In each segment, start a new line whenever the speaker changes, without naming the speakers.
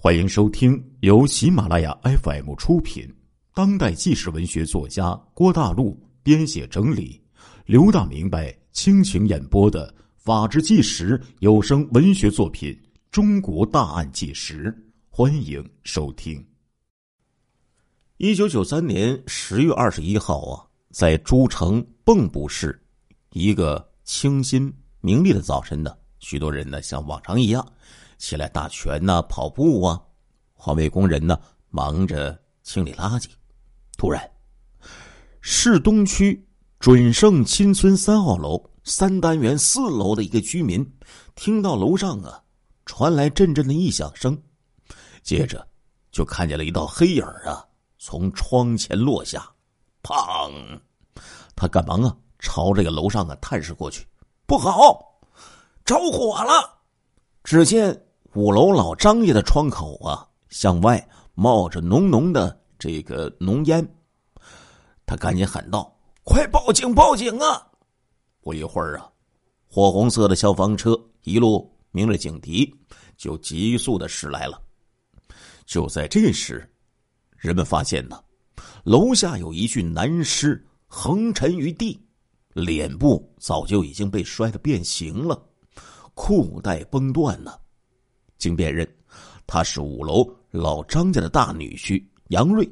欢迎收听由喜马拉雅 FM 出品，当代纪实文学作家郭大陆编写整理，刘大明白倾情演播的法制纪实有声文学作品《中国大案纪实》，欢迎收听。1993年10月21号啊，在诸城蚌埠市一个清新明丽的早晨呢，许多人呢像往常一样起来打拳啊、跑步啊，环卫工人呢忙着清理垃圾。突然，市东区准盛新村3号楼3单元4楼的一个居民听到楼上啊传来阵阵的异响声，接着就看见了一道黑影啊从窗前落下，砰！他赶忙啊朝这个楼上啊探视过去，不好，着火了！只见5楼老张家的窗口啊向外冒着浓浓的这个浓烟，他赶紧喊道：快报警报警啊！不一会儿啊，火红色的消防车一路鸣着警笛就急速的驶来了。就在这时，人们发现呢，楼下有一具男尸横沉于地，脸部早就已经被摔得变形了，裤带崩断了。经辨认，他是5楼老张家的大女婿杨瑞。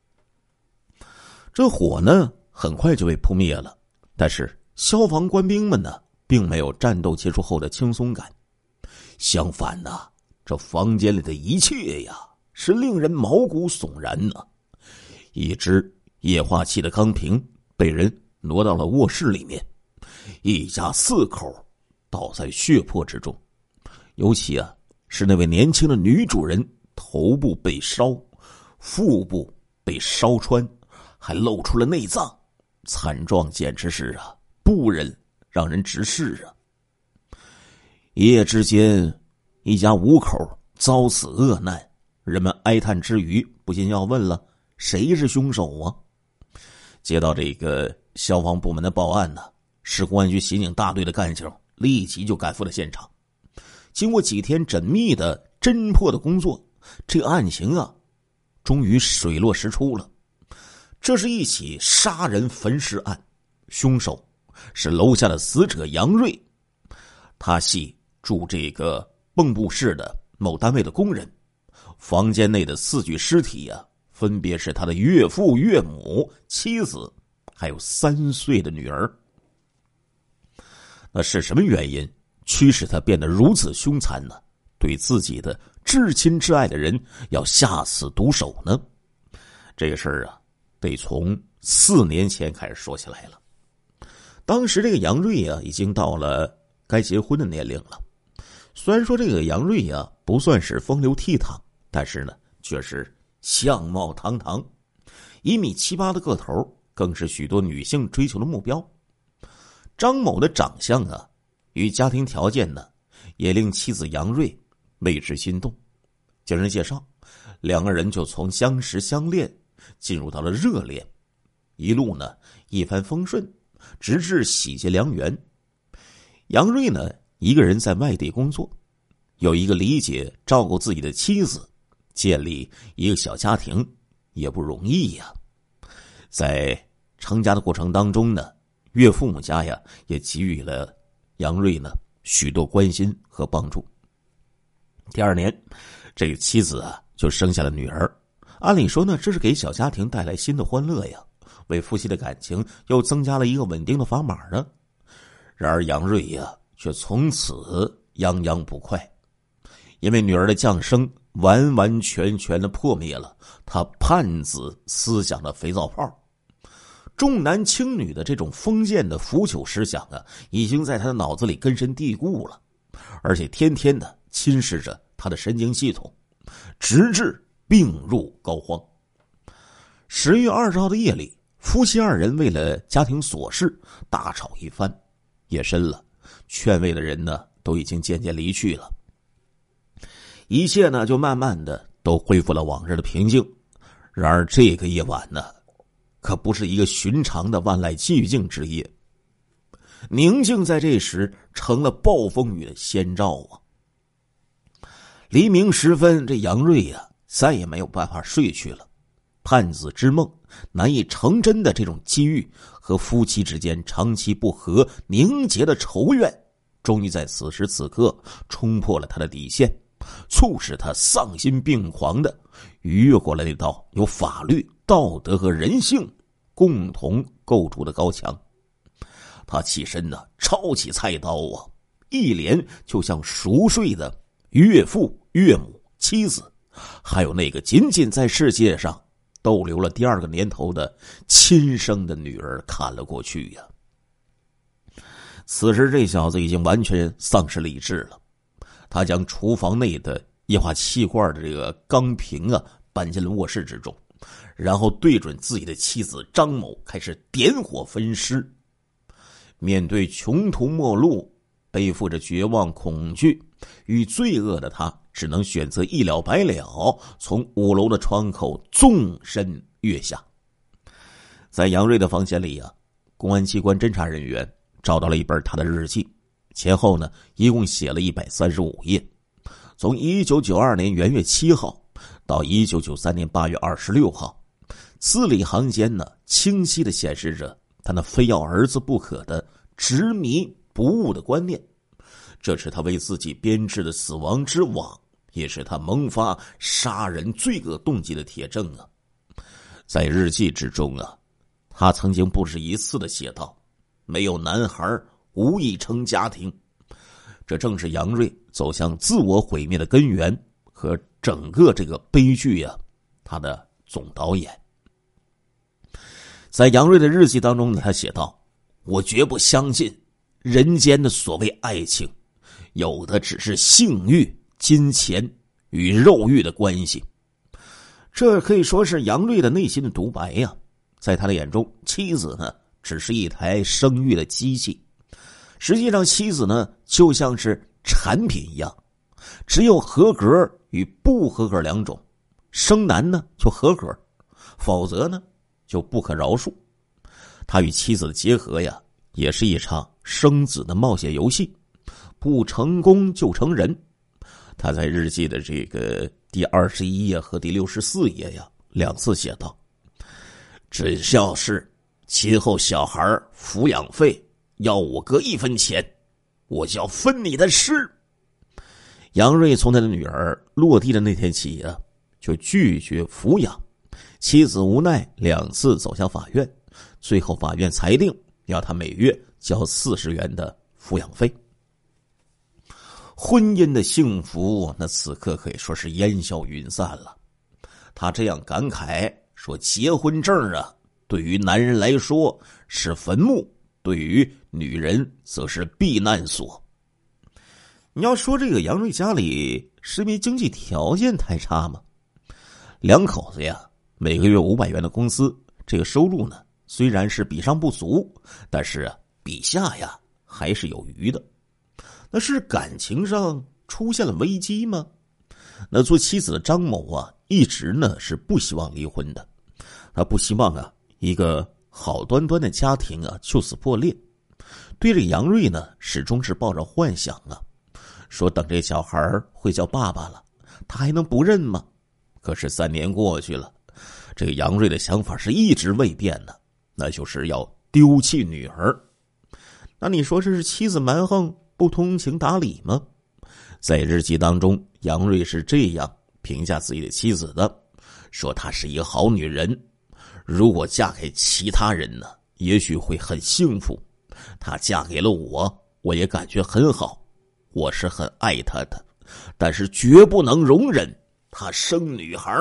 这火呢很快就被扑灭了，但是消防官兵们呢并没有战斗结束后的轻松感，相反呢，这房间里的一切呀是令人毛骨悚然呢。一只液化气的钢瓶被人挪到了卧室里面，一家4口倒在血泊之中，尤其啊是那位年轻的女主人，头部被烧，腹部被烧穿，还露出了内脏，惨状简直是啊不忍让人直视啊。一夜之间，一家5口遭此恶难，人们哀叹之余不禁要问了，谁是凶手啊？接到这个消防部门的报案呢，市公安局刑警大队的干警立即就赶赴了现场。经过几天缜密的侦破的工作，这个案情啊终于水落石出了。这是一起杀人焚尸案，凶手是楼下的死者杨瑞，他系住这个蚌埠市的某单位的工人。房间内的4具尸体啊，分别是他的岳父、岳母、妻子，还有3岁的女儿。那是什么原因驱使他变得如此凶残呢？对自己的至亲至爱的人要下此毒手呢？这个事儿啊，得从4年前开始说起来了。当时这个杨瑞啊，已经到了该结婚的年龄了。虽然说这个杨瑞啊不算是风流倜傥，但是呢，却是相貌堂堂，1.78米的个头，更是许多女性追求的目标。张某的长相啊，与家庭条件呢，也令妻子杨瑞为之心动。经人介绍，2个人就从相识相恋进入到了热恋，一路呢一帆风顺，直至喜结良缘。杨瑞呢一个人在外地工作，有一个理解照顾自己的妻子，建立一个小家庭也不容易呀。在成家的过程当中呢，岳父母家呀也给予了杨瑞呢许多关心和帮助。第2年，这个妻子啊就生下了女儿。按理说呢，这是给小家庭带来新的欢乐呀，为夫妻的感情又增加了一个稳定的砝码呢。然而杨瑞呀却从此泱泱不快，因为女儿的降生完完全全的破灭了他叛子思想的肥皂泡。重男轻女的这种封建的腐朽思想啊，已经在他的脑子里根深蒂固了，而且天天的侵蚀着他的神经系统，直至病入膏肓。10月20号的夜里，夫妻2人为了家庭琐事大吵一番。夜深了，劝慰的人呢都已经渐渐离去了，一切呢就慢慢的都恢复了往日的平静。然而这个夜晚呢，可不是一个寻常的万籁寂静之夜，宁静在这时成了暴风雨的先兆啊。 黎明时分，这杨瑞呀，再也没有办法睡去了。盼子之梦难以成真的这种机遇，和夫妻之间长期不和凝结的仇怨，终于在此时此刻冲破了他的底线，促使他丧心病狂的越过了那道由法律、道德和人性共同构筑的高墙。他起身呢，抄起菜刀啊，一连就向熟睡的岳父、岳母、妻子，还有那个仅仅在世界上逗留了第2个年头的亲生的女儿砍了过去呀。此时这小子已经完全丧失理智了，他将厨房内的液化气罐的这个钢瓶啊搬进了卧室之中，然后对准自己的妻子张某开始点火焚尸。面对穷途末路，背负着绝望、恐惧与罪恶的他，只能选择一了百了，从5楼的窗口纵身跃下。在杨瑞的房间里啊，公安机关侦查人员找到了一本他的日记，前后呢一共写了135页，从1992年元月7号到1993年8月26号，字里行间呢清晰地显示着他那非要儿子不可的执迷不悟的观念。这是他为自己编织的死亡之网，也是他萌发杀人罪恶动机的铁证啊。在日记之中啊，他曾经不止一次地写道：没有男孩无以成家庭。这正是杨瑞走向自我毁灭的根源和整个这个悲剧啊，他的总导演。在杨瑞的日记当中，他写道：我绝不相信人间的所谓爱情，有的只是性欲、金钱与肉欲的关系。这可以说是杨瑞的内心的独白呀。在他的眼中，妻子呢只是一台生育的机器，实际上妻子呢就像是产品一样，只有合格与不合格2种，生男呢就合格，否则呢就不可饶恕。他与妻子的结合呀，也是一场生子的冒险游戏，不成功就成人。他在日记的这个第21页和第64页呀2次写道：只要是今后小孩抚养费要我哥1分钱，我就要分你的尸。杨瑞从他的女儿落地的那天起啊，就拒绝抚养，妻子无奈2次走向法院，最后法院裁定要他每月交40元的抚养费。婚姻的幸福那此刻可以说是烟消云散了。他这样感慨说，结婚证啊对于男人来说是坟墓，对于女人则是避难所。你要说这个杨瑞家里是因为经济条件太差吗？2口子呀每个月500元的工资，这个收入呢虽然是比上不足，但是啊比下呀还是有余的。那是感情上出现了危机吗？那做妻子的张某啊一直呢是不希望离婚的，他不希望啊一个好端端的家庭啊就此破裂。对这个杨瑞呢始终是抱着幻想啊，说等这小孩会叫爸爸了，他还能不认吗？可是3年过去了，这个杨瑞的想法是一直未变的，那就是要丢弃女儿。那你说这是妻子蛮横不通情达理吗？在日记当中，杨瑞是这样评价自己的妻子的，说她是一个好女人，如果嫁给其他人呢也许会很幸福，她嫁给了我，我也感觉很好，我是很爱她的，但是绝不能容忍她生女孩。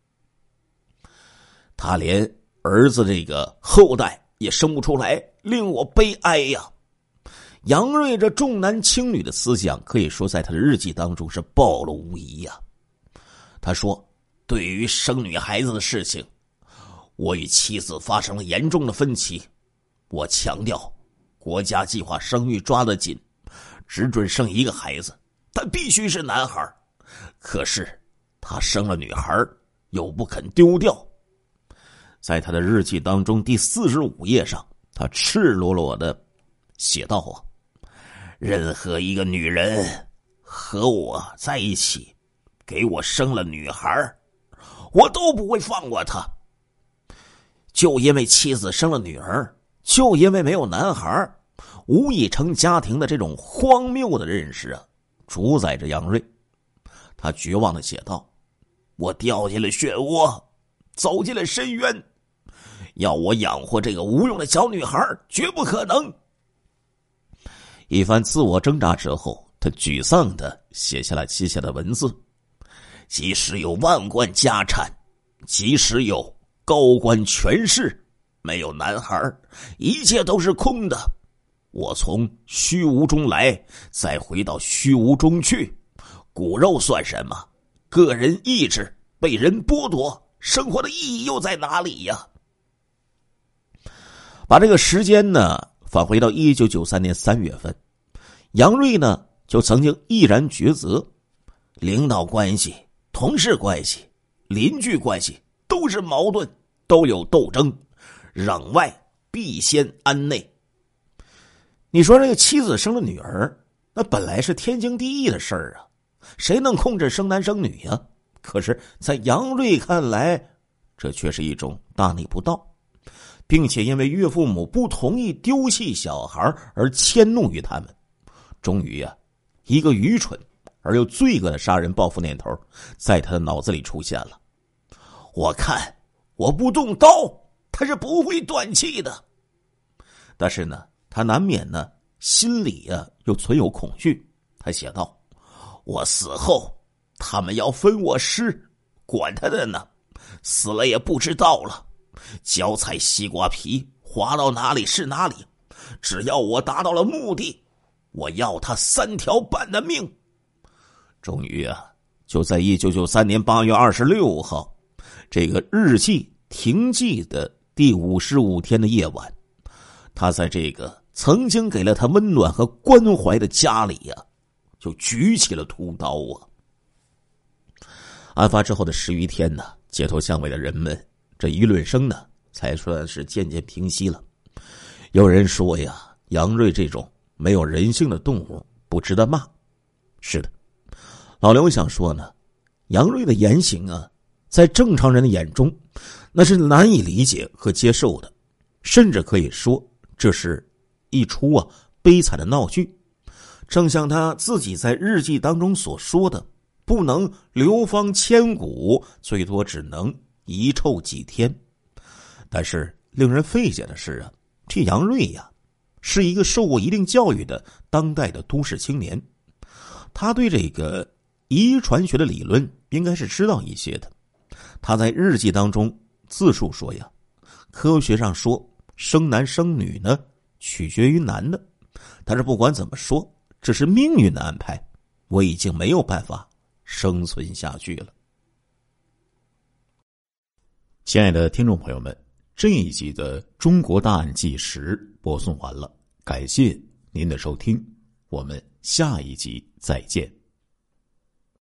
她连儿子这个后代也生不出来，令我悲哀呀。杨瑞这重男轻女的思想可以说在他的日记当中是暴露无遗呀。他说，对于生女孩子的事情，我与妻子发生了严重的分歧。我强调国家计划生育抓得紧，只准生1个孩子，但必须是男孩。可是他生了女孩又不肯丢掉。在他的日记当中第45页上，他赤裸裸的写道啊，任何一个女人和我在一起给我生了女孩，我都不会放过他。就因为妻子生了女儿，就因为没有男孩，吴义成家庭的这种荒谬的认识啊，主宰着杨瑞。他绝望地写道：我掉进了漩涡，走进了深渊，要我养活这个无用的小女孩，绝不可能。一番自我挣扎之后，他沮丧地写下了接下的文字：即使有万贯家产，即使有高官权势，没有男孩，一切都是空的。我从虚无中来，再回到虚无中去，骨肉算什么？个人意志被人剥夺，生活的意义又在哪里呀？把这个时间呢返回到1993年3月份，杨瑞呢就曾经毅然抉择，领导关系、同事关系、邻居关系都是矛盾，都有斗争，攘外必先安内。你说这个妻子生了女儿，那本来是天经地义的事儿啊，谁能控制生男生女呀？可是在杨瑞看来，这却是一种大逆不道，并且因为岳父母不同意丢弃小孩而迁怒于他们。终于啊，一个愚蠢而又罪恶的杀人报复念头在他的脑子里出现了。我看我不动刀，他是不会断气的。但是呢，他难免呢心里又存有恐惧。他写道：我死后他们要分我尸，管他的呢，死了也不知道了。脚踩西瓜皮，滑到哪里是哪里，只要我达到了目的，我要他3条半的命。终于啊，就在1993年8月26号这个日记停记的第55天的夜晚，他在这个曾经给了他温暖和关怀的家里就举起了屠刀啊。案发之后的10余天呢，街头巷尾的人们这议论声呢才算是渐渐平息了。有人说呀，杨瑞这种没有人性的动物不值得骂。是的，老刘想说呢，杨瑞的言行在正常人的眼中那是难以理解和接受的，甚至可以说这是一出悲惨的闹剧。正像他自己在日记当中所说的，不能流芳千古，最多只能遗臭几天。但是令人费解的是这杨瑞是一个受过一定教育的当代的都市青年，他对这个遗传学的理论应该是知道一些的。他在日记当中自述说科学上说生男生女呢取决于男的，但是不管怎么说，这是命运的安排，我已经没有办法生存下去了。亲爱的听众朋友们，这一集的中国大案纪实播送完了，感谢您的收听，我们下一集再见。